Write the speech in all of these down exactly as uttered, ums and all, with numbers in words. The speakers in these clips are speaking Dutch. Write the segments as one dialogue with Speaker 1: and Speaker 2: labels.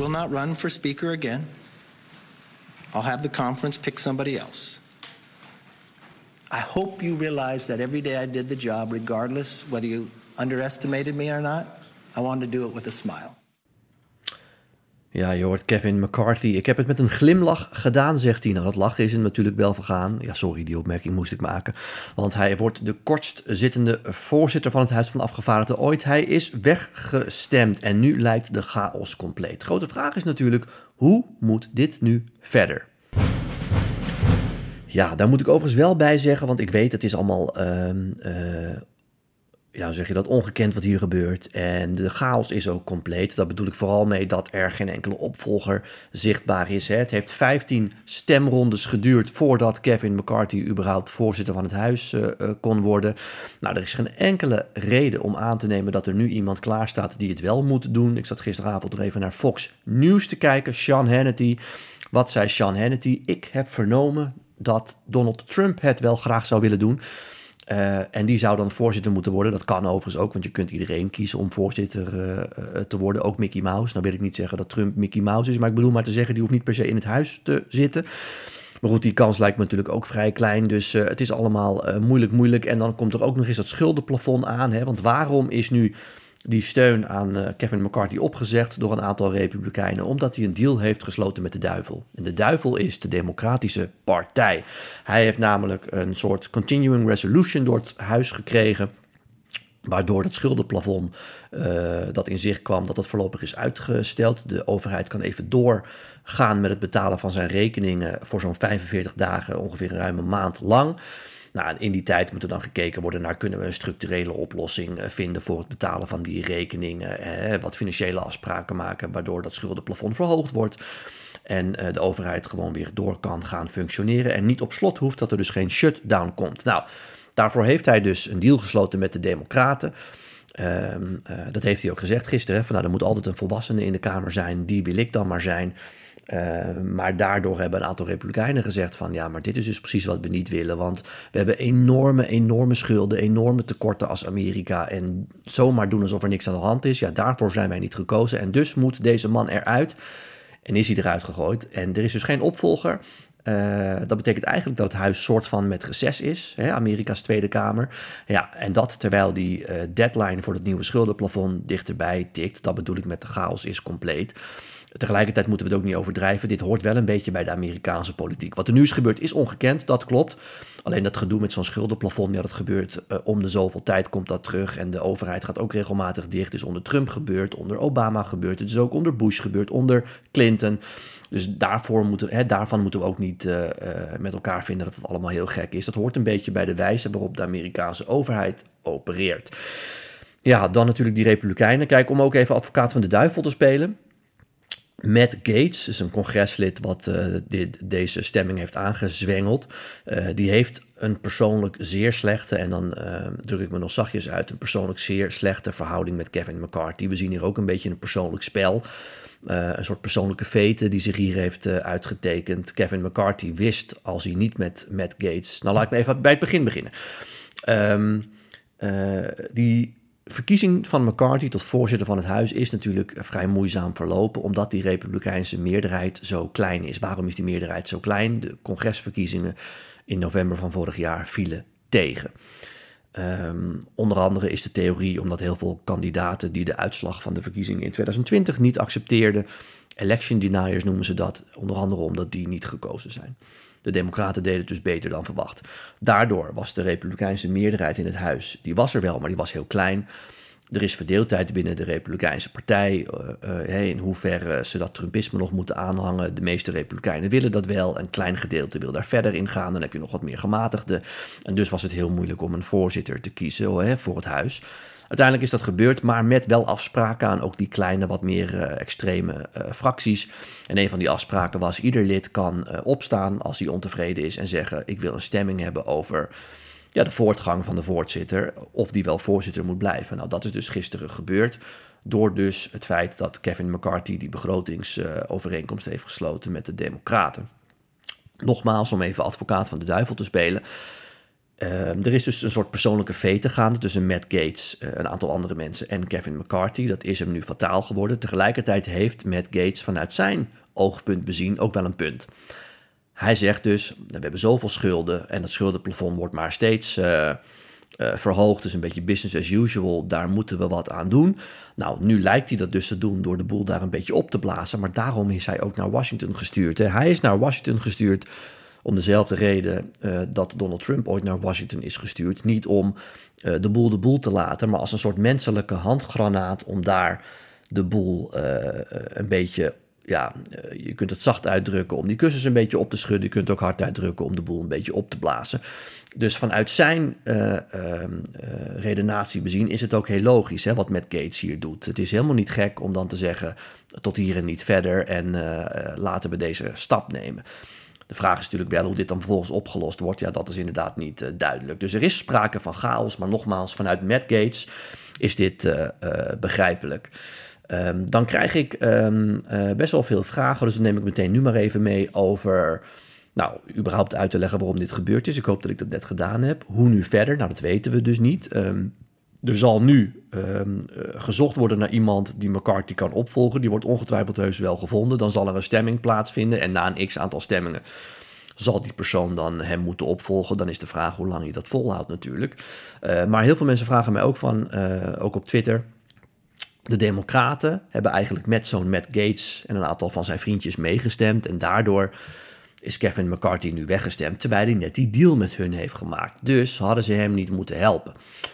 Speaker 1: not run for Speaker again. I'll have the conference pick somebody else. I hope you realize that every day I did the job, regardless whether you underestimated me or not, I wanted to do it with a smile.
Speaker 2: Ja, je hoort Kevin McCarthy. Ik heb het met een glimlach gedaan, zegt hij. Nou, dat lachen is hem natuurlijk wel vergaan. Ja, sorry, die opmerking moest ik maken. Want hij wordt de kortst zittende voorzitter van het Huis van Afgevaardigden ooit. Hij is weggestemd en nu lijkt de chaos compleet. Grote vraag is natuurlijk, hoe moet dit nu verder? Ja, daar moet ik overigens wel bij zeggen, want ik weet, het is allemaal... Uh, uh, Ja, hoe zeg je dat, ongekend wat hier gebeurt. En de chaos is ook compleet. Dat bedoel ik vooral mee dat er geen enkele opvolger zichtbaar is. Hè. Het heeft vijftien stemrondes geduurd voordat Kevin McCarthy überhaupt voorzitter van het huis uh, uh, kon worden. Nou, er is geen enkele reden om aan te nemen dat er nu iemand klaar staat die het wel moet doen. Ik zat gisteravond er even naar Fox News te kijken, Sean Hannity. Wat zei Sean Hannity? Ik heb vernomen dat Donald Trump het wel graag zou willen doen. Uh, en die zou dan voorzitter moeten worden. Dat kan overigens ook, want je kunt iedereen kiezen om voorzitter uh, uh, te worden. Ook Mickey Mouse. Nou wil ik niet zeggen dat Trump Mickey Mouse is, maar ik bedoel maar te zeggen, die hoeft niet per se in het huis te zitten. Maar goed, die kans lijkt me natuurlijk ook vrij klein. Dus uh, het is allemaal uh, moeilijk, moeilijk. En dan komt er ook nog eens dat schuldenplafond aan. Hè? Want waarom is nu die steun aan uh, Kevin McCarthy opgezegd door een aantal republikeinen? Omdat hij een deal heeft gesloten met de duivel. En de duivel is de Democratische Partij. Hij heeft namelijk een soort continuing resolution door het huis gekregen, waardoor het schuldenplafond uh, dat in zicht kwam, dat dat voorlopig is uitgesteld. De overheid kan even doorgaan met het betalen van zijn rekeningen voor zo'n vijfenveertig dagen, ongeveer een ruime maand lang. Nou, in die tijd moet er dan gekeken worden naar, kunnen we een structurele oplossing vinden voor het betalen van die rekeningen, eh, wat financiële afspraken maken, waardoor dat schuldenplafond verhoogd wordt en uh, de overheid gewoon weer door kan gaan functioneren en niet op slot hoeft, dat er dus geen shutdown komt. Nou, daarvoor heeft hij dus een deal gesloten met de Democraten. Uh, uh, dat heeft hij ook gezegd gisteren, van nou, er moet altijd een volwassene in de Kamer zijn, die wil ik dan maar zijn. Uh, maar daardoor hebben een aantal republikeinen gezegd van ja, maar dit is dus precies wat we niet willen, want we hebben enorme, enorme schulden, enorme tekorten als Amerika en zomaar doen alsof er niks aan de hand is, ja, daarvoor zijn wij niet gekozen en dus moet deze man eruit en is hij eruit gegooid en er is dus geen opvolger. Uh, dat betekent eigenlijk dat het huis soort van met reces is, hè, Amerika's Tweede Kamer. Ja, en dat terwijl die uh, deadline voor het nieuwe schuldenplafond dichterbij tikt, dat bedoel ik met de chaos is compleet. Tegelijkertijd moeten we het ook niet overdrijven. Dit hoort wel een beetje bij de Amerikaanse politiek. Wat er nu is gebeurd is ongekend, dat klopt. Alleen dat gedoe met zo'n schuldenplafond, ja, dat gebeurt uh, om de zoveel tijd komt dat terug. En de overheid gaat ook regelmatig dicht. Het is onder Trump gebeurd, onder Obama gebeurd. Het is ook onder Bush gebeurd, onder Clinton. Dus daarvoor moeten, hè, daarvan moeten we ook niet uh, uh, met elkaar vinden dat het allemaal heel gek is. Dat hoort een beetje bij de wijze waarop de Amerikaanse overheid opereert. Ja, dan natuurlijk die Republikeinen. Kijk, om ook even advocaat van de duivel te spelen. Matt Gaetz is een congreslid wat uh, dit, deze stemming heeft aangezwengeld. Uh, die heeft een persoonlijk zeer slechte, en dan uh, druk ik me nog zachtjes uit, een persoonlijk zeer slechte verhouding met Kevin McCarthy. We zien hier ook een beetje een persoonlijk spel. Uh, een soort persoonlijke vete die zich hier heeft uh, uitgetekend. Kevin McCarthy wist, als hij niet met Matt Gaetz... Nou, laat ik me even bij het begin beginnen. Um, uh, die... verkiezing van McCarthy tot voorzitter van het huis is natuurlijk vrij moeizaam verlopen, omdat die republikeinse meerderheid zo klein is. Waarom is die meerderheid zo klein? De congresverkiezingen in november van vorig jaar vielen tegen. Um, onder andere is de theorie omdat heel veel kandidaten die de uitslag van de verkiezingen in twintig twintig niet accepteerden, election deniers noemen ze dat, onder andere omdat die niet gekozen zijn. De Democraten deden het dus beter dan verwacht. Daardoor was de republikeinse meerderheid in het huis, die was er wel, maar die was heel klein. Er is verdeeldheid binnen de Republikeinse partij, uh, uh, in hoeverre ze dat Trumpisme nog moeten aanhangen. De meeste Republikeinen willen dat wel, een klein gedeelte wil daar verder in gaan. Dan heb je nog wat meer gematigden. En dus was het heel moeilijk om een voorzitter te kiezen uh, voor het huis. Uiteindelijk is dat gebeurd, maar met wel afspraken aan ook die kleine, wat meer uh, extreme uh, fracties. En een van die afspraken was, ieder lid kan uh, opstaan als hij ontevreden is en zeggen, ik wil een stemming hebben over ja, de voortgang van de voorzitter, of die wel voorzitter moet blijven. Nou, dat is dus gisteren gebeurd, door dus het feit dat Kevin McCarthy die begrotingsovereenkomst uh, heeft gesloten met de Democraten. Nogmaals, om even advocaat van de duivel te spelen. Uh, er is dus een soort persoonlijke vete gaande tussen Matt Gaetz, uh, een aantal andere mensen en Kevin McCarthy. Dat is hem nu fataal geworden. Tegelijkertijd heeft Matt Gaetz vanuit zijn oogpunt bezien ook wel een punt. Hij zegt dus, we hebben zoveel schulden en dat schuldenplafond wordt maar steeds uh, uh, verhoogd. Dus een beetje business as usual, daar moeten we wat aan doen. Nou, nu lijkt hij dat dus te doen door de boel daar een beetje op te blazen. Maar daarom is hij ook naar Washington gestuurd. Hè. Hij is naar Washington gestuurd om dezelfde reden uh, dat Donald Trump ooit naar Washington is gestuurd. Niet om uh, de boel de boel te laten, maar als een soort menselijke handgranaat om daar de boel uh, een beetje, ja, uh, je kunt het zacht uitdrukken om die kussens een beetje op te schudden. Je kunt het ook hard uitdrukken om de boel een beetje op te blazen. Dus vanuit zijn uh, uh, uh, redenatie bezien is het ook heel logisch, hè, wat Matt Gaetz hier doet. Het is helemaal niet gek om dan te zeggen tot hier en niet verder en uh, uh, laten we deze stap nemen. De vraag is natuurlijk wel hoe dit dan vervolgens opgelost wordt. Ja, dat is inderdaad niet uh, duidelijk. Dus er is sprake van chaos, maar nogmaals, vanuit Matt Gaetz is dit uh, uh, begrijpelijk. Um, dan krijg ik um, uh, best wel veel vragen, dus dan neem ik meteen nu maar even mee over, nou, überhaupt uit te leggen waarom dit gebeurd is. Ik hoop dat ik dat net gedaan heb. Hoe nu verder? Nou, dat weten we dus niet. Um, Er zal nu um, uh, gezocht worden naar iemand die McCarthy kan opvolgen. Die wordt ongetwijfeld heus wel gevonden. Dan zal er een stemming plaatsvinden. En na een x-aantal stemmingen zal die persoon dan hem moeten opvolgen. Dan is de vraag hoe lang hij dat volhoudt natuurlijk. Uh, maar heel veel mensen vragen mij ook van, uh, ook op Twitter. De Democraten hebben eigenlijk met zo'n Matt Gaetz en een aantal van zijn vriendjes meegestemd. En daardoor is Kevin McCarthy nu weggestemd, terwijl hij net die deal met hun heeft gemaakt. Dus hadden ze hem niet moeten helpen.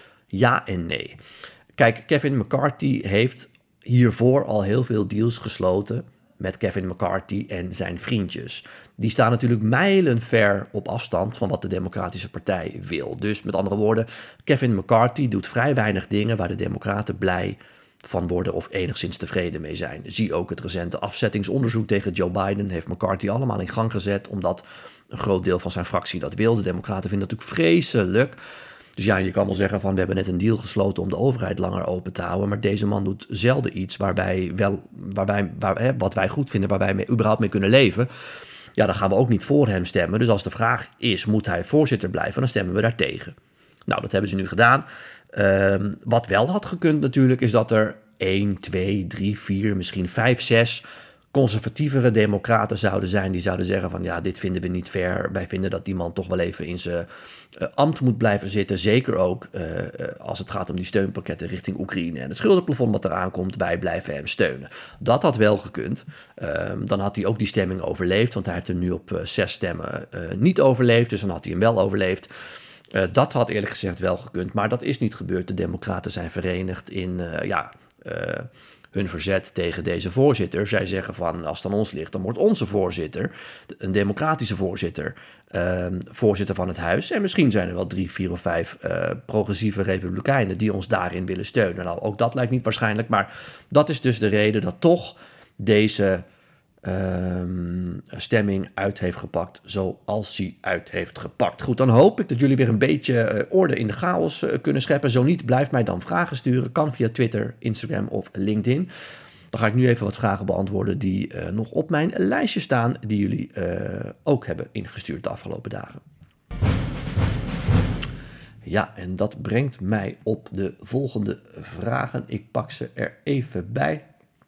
Speaker 2: Ja en nee. Kijk, Kevin McCarthy heeft hiervoor al heel veel deals gesloten met Kevin McCarthy en zijn vriendjes. Die staan natuurlijk mijlenver op afstand van wat de Democratische Partij wil. Dus met andere woorden, Kevin McCarthy doet vrij weinig dingen waar de Democraten blij van worden of enigszins tevreden mee zijn. Zie ook het recente afzettingsonderzoek tegen Joe Biden. Heeft McCarthy allemaal in gang gezet omdat een groot deel van zijn fractie dat wil. De Democraten vinden dat natuurlijk vreselijk. Dus ja, je kan wel zeggen van we hebben net een deal gesloten om de overheid langer open te houden. Maar deze man doet zelden iets waarbij wel, waarbij, waar, hè, wat wij goed vinden, waar wij mee, überhaupt mee kunnen leven. Ja, dan gaan we ook niet voor hem stemmen. Dus als de vraag is, moet hij voorzitter blijven, dan stemmen we daar tegen. Nou, dat hebben ze nu gedaan. Uh, wat wel had gekund natuurlijk, is dat er één, twee, drie, vier, misschien vijf, zes conservatievere democraten zouden zijn die zouden zeggen van ja, dit vinden we niet fair. Wij vinden dat die man toch wel even in zijn uh, ambt moet blijven zitten. Zeker ook uh, uh, als het gaat om die steunpakketten richting Oekraïne en het schuldenplafond wat eraan komt. Wij blijven hem steunen. Dat had wel gekund. Uh, dan had hij ook die stemming overleefd, want hij heeft hem nu op uh, zes stemmen uh, niet overleefd. Dus dan had hij hem wel overleefd. Uh, dat had eerlijk gezegd wel gekund, maar dat is niet gebeurd. De democraten zijn verenigd in uh, ja, uh, hun verzet tegen deze voorzitter. Zij zeggen van, als het aan ons ligt, dan wordt onze voorzitter, een democratische voorzitter, uh, voorzitter van het huis. En misschien zijn er wel drie, vier of vijf uh, progressieve republikeinen die ons daarin willen steunen. Nou, ook dat lijkt niet waarschijnlijk, maar dat is dus de reden dat toch deze Um, stemming uit heeft gepakt zoals hij uit heeft gepakt. Goed, dan hoop ik dat jullie weer een beetje uh, orde in de chaos uh, kunnen scheppen. Zo niet, blijf mij dan vragen sturen. Kan via Twitter, Instagram of LinkedIn. Dan ga ik nu even wat vragen beantwoorden die uh, nog op mijn lijstje staan, die jullie uh, ook hebben ingestuurd de afgelopen dagen. Ja, en dat brengt mij op de volgende vragen. Ik pak ze er even bij.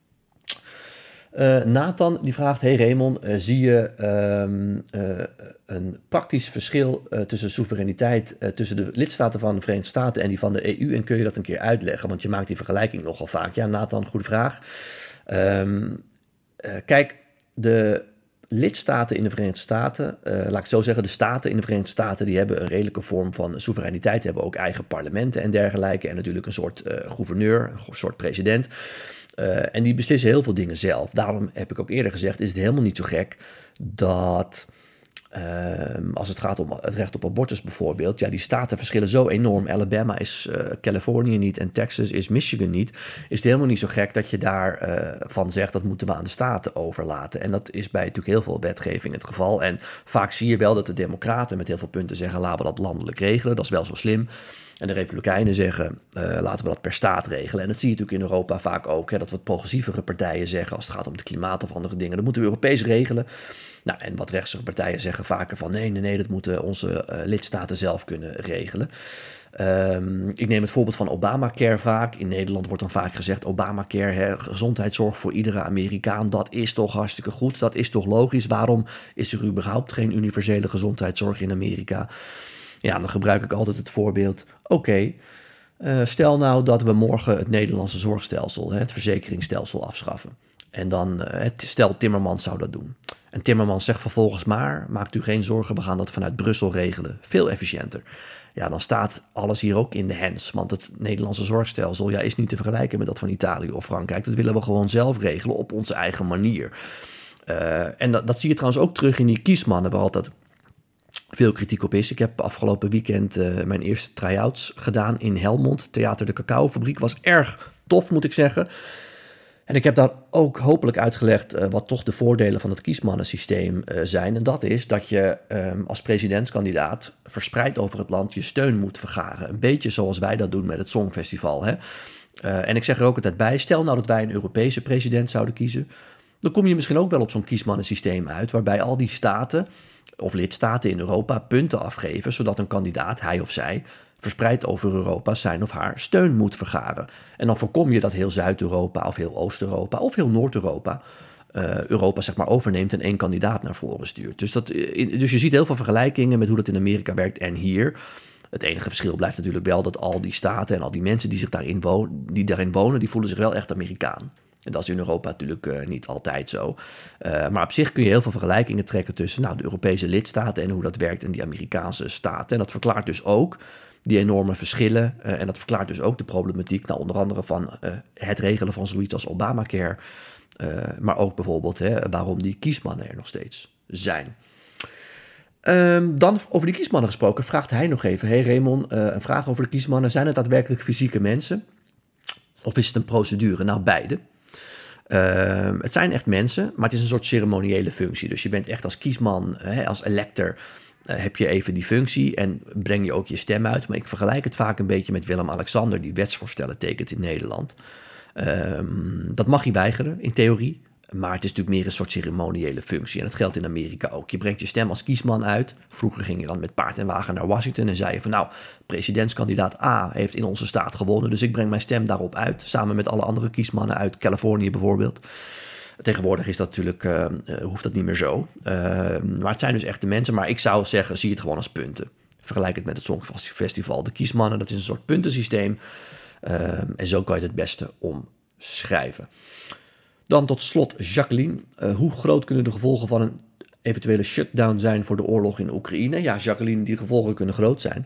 Speaker 2: Uh, Nathan die vraagt, hey Raymond, uh, zie je um, uh, een praktisch verschil uh, tussen soevereiniteit uh, tussen de lidstaten van de Verenigde Staten en die van de E U en kun je dat een keer uitleggen? Want je maakt die vergelijking nogal vaak. Ja, Nathan, goede vraag. Um, uh, kijk, de lidstaten in de Verenigde Staten, uh, laat ik het zo zeggen, de staten in de Verenigde Staten, die hebben een redelijke vorm van soevereiniteit, hebben ook eigen parlementen en dergelijke en natuurlijk een soort uh, gouverneur, een soort president. Uh, en die beslissen heel veel dingen zelf. Daarom heb ik ook eerder gezegd, is het helemaal niet zo gek dat uh, als het gaat om het recht op abortus bijvoorbeeld, ja, die staten verschillen zo enorm. Alabama is uh, Californië niet en Texas is Michigan niet. Is het helemaal niet zo gek dat je daar uh, van zegt, dat moeten we aan de staten overlaten. En dat is bij natuurlijk heel veel wetgeving het geval. En vaak zie je wel dat de democraten met heel veel punten zeggen, laten we dat landelijk regelen. Dat is wel zo slim. En de Republikeinen zeggen, uh, laten we dat per staat regelen. En dat zie je natuurlijk in Europa vaak ook. Hè, dat wat progressievere partijen zeggen, als het gaat om het klimaat of andere dingen, dat moeten we Europees regelen. Nou, en wat rechtse partijen zeggen vaker van nee, nee, nee, dat moeten onze uh, lidstaten zelf kunnen regelen. Um, ik neem het voorbeeld van Obamacare vaak. In Nederland wordt dan vaak gezegd Obamacare, hè, gezondheidszorg voor iedere Amerikaan, dat is toch hartstikke goed, dat is toch logisch. Waarom is er überhaupt geen universele gezondheidszorg in Amerika? Ja, dan gebruik ik altijd het voorbeeld, oké, okay, uh, stel nou dat we morgen het Nederlandse zorgstelsel, hè, het verzekeringsstelsel afschaffen. En dan, uh, stel Timmermans zou dat doen. En Timmermans zegt vervolgens maar, maakt u geen zorgen, we gaan dat vanuit Brussel regelen. Veel efficiënter. Ja, dan staat alles hier ook in de hands. Want het Nederlandse zorgstelsel ja, is niet te vergelijken met dat van Italië of Frankrijk. Dat willen we gewoon zelf regelen op onze eigen manier. Uh, en dat, dat zie je trouwens ook terug in die kiesmannen, waar altijd veel kritiek op is. Ik heb afgelopen weekend uh, mijn eerste try-outs gedaan in Helmond. Theater de Cacaofabriek was erg tof, moet ik zeggen. En ik heb daar ook hopelijk uitgelegd uh, wat toch de voordelen van het kiesmannensysteem uh, zijn. En dat is dat je um, als presidentskandidaat verspreid over het land je steun moet vergaren. Een beetje zoals wij dat doen met het Songfestival. Hè? Uh, en ik zeg er ook altijd bij, stel nou dat wij een Europese president zouden kiezen, dan kom je misschien ook wel op zo'n kiesmannensysteem uit, waarbij al die staten of lidstaten in Europa punten afgeven, zodat een kandidaat, hij of zij, verspreid over Europa zijn of haar steun moet vergaren. En dan voorkom je dat heel Zuid-Europa of heel Oost-Europa of heel Noord-Europa uh, Europa zeg maar overneemt en één kandidaat naar voren stuurt. Dus, dat, dus je ziet heel veel vergelijkingen met hoe dat in Amerika werkt en hier. Het enige verschil blijft natuurlijk wel dat al die staten en al die mensen die, zich daarin, wonen, die daarin wonen, die voelen zich wel echt Amerikaan. En dat is in Europa natuurlijk uh, niet altijd zo. Uh, maar op zich kun je heel veel vergelijkingen trekken tussen nou, de Europese lidstaten en hoe dat werkt en die Amerikaanse staten. En dat verklaart dus ook die enorme verschillen. Uh, en dat verklaart dus ook de problematiek, nou, onder andere van uh, het regelen van zoiets als Obamacare. Uh, maar ook bijvoorbeeld hè, waarom die kiesmannen er nog steeds zijn. Um, dan over die kiesmannen gesproken, vraagt hij nog even. Hey Raymond, uh, een vraag over de kiesmannen. Zijn het daadwerkelijk fysieke mensen? Of is het een procedure? Nou, beide. Uh, het zijn echt mensen, maar het is een soort ceremoniële functie. Dus je bent echt als kiesman, hè, als elector, uh, heb je even die functie en breng je ook je stem uit. Maar ik vergelijk het vaak een beetje met Willem-Alexander, die wetsvoorstellen tekent in Nederland. Uh, dat mag je weigeren, in theorie. Maar het is natuurlijk meer een soort ceremoniële functie. En dat geldt in Amerika ook. Je brengt je stem als kiesman uit. Vroeger ging je dan met paard en wagen naar Washington en zei je van nou, presidentskandidaat A heeft in onze staat gewonnen, dus ik breng mijn stem daarop uit. Samen met alle andere kiesmannen uit Californië bijvoorbeeld. Tegenwoordig is dat natuurlijk, uh, uh, hoeft dat niet meer zo. Uh, maar het zijn dus echte mensen. Maar ik zou zeggen, zie het gewoon als punten. Vergelijk het met het Songfestival. De kiesmannen, dat is een soort puntensysteem. Uh, en zo kan je het het beste omschrijven. Dan tot slot Jacqueline. Uh, hoe groot kunnen de gevolgen van een eventuele shutdown zijn voor de oorlog in Oekraïne? Ja, Jacqueline, die gevolgen kunnen groot zijn.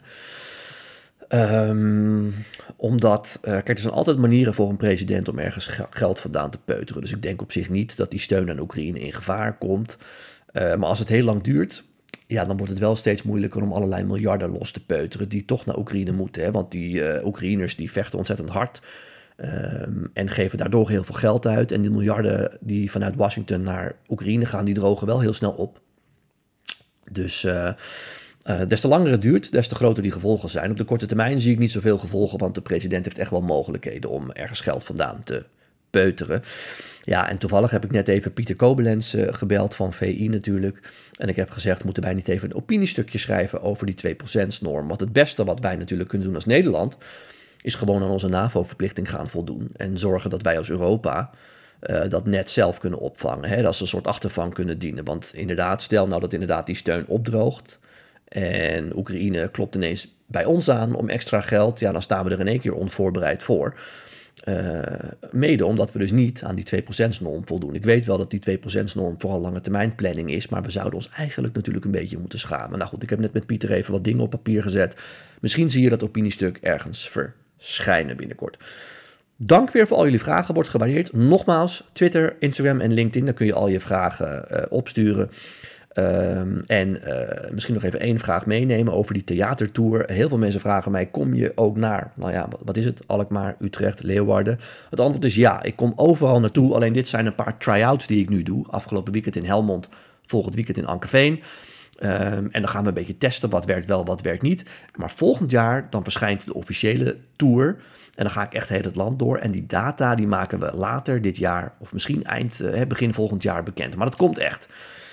Speaker 2: Um, omdat, uh, kijk, er zijn altijd manieren voor een president om ergens geld vandaan te peuteren. Dus ik denk op zich niet dat die steun aan Oekraïne in gevaar komt. Uh, maar als het heel lang duurt, ja, dan wordt het wel steeds moeilijker om allerlei miljarden los te peuteren die toch naar Oekraïne moeten. Hè? Want die uh, Oekraïners die vechten ontzettend hard. Um, en geven daardoor heel veel geld uit. En die miljarden die vanuit Washington naar Oekraïne gaan, die drogen wel heel snel op. Dus uh, uh, des te langer het duurt, des te groter die gevolgen zijn. Op de korte termijn zie ik niet zoveel gevolgen, want de president heeft echt wel mogelijkheden om ergens geld vandaan te peuteren. Ja, en toevallig heb ik net even Pieter Kobelens uh, gebeld van V I natuurlijk. En ik heb gezegd, moeten wij niet even een opiniestukje schrijven over die twee procent norm? Want het beste wat wij natuurlijk kunnen doen als Nederland is gewoon aan onze NAVO-verplichting gaan voldoen. En zorgen dat wij als Europa uh, dat net zelf kunnen opvangen. Hè? Dat ze een soort achtervang kunnen dienen. Want inderdaad, stel nou dat inderdaad die steun opdroogt en Oekraïne klopt ineens bij ons aan om extra geld, ja, dan staan we er in één keer onvoorbereid voor. Uh, mede omdat we dus niet aan die twee procent norm voldoen. Ik weet wel dat die twee procent norm vooral lange termijn planning is, maar we zouden ons eigenlijk natuurlijk een beetje moeten schamen. Nou goed, ik heb net met Pieter even wat dingen op papier gezet. Misschien zie je dat opiniestuk ergens verschijnen binnenkort. Dank weer voor al jullie vragen, wordt gewaardeerd. Nogmaals, Twitter, Instagram en LinkedIn, daar kun je al je vragen uh, opsturen. Um, en uh, misschien nog even één vraag meenemen over die theatertour. Heel veel mensen vragen mij, kom je ook naar, nou ja, wat, wat is het? Alkmaar, Utrecht, Leeuwarden? Het antwoord is ja, ik kom overal naartoe. Alleen dit zijn een paar try-outs die ik nu doe. Afgelopen weekend in Helmond, volgend weekend in Ankeveen. Um, en dan gaan we een beetje testen, wat werkt wel, wat werkt niet. Maar volgend jaar, dan verschijnt de officiële tour. En dan ga ik echt heel het land door. En die data, die maken we later dit jaar, of misschien eind, uh, begin volgend jaar bekend. Maar dat komt echt.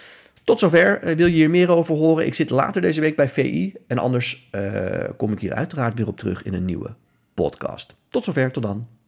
Speaker 2: Tot zover. Uh, wil je hier meer over horen? Ik zit later deze week bij V I. En anders uh, kom ik hier uiteraard weer op terug in een nieuwe podcast. Tot zover, tot dan.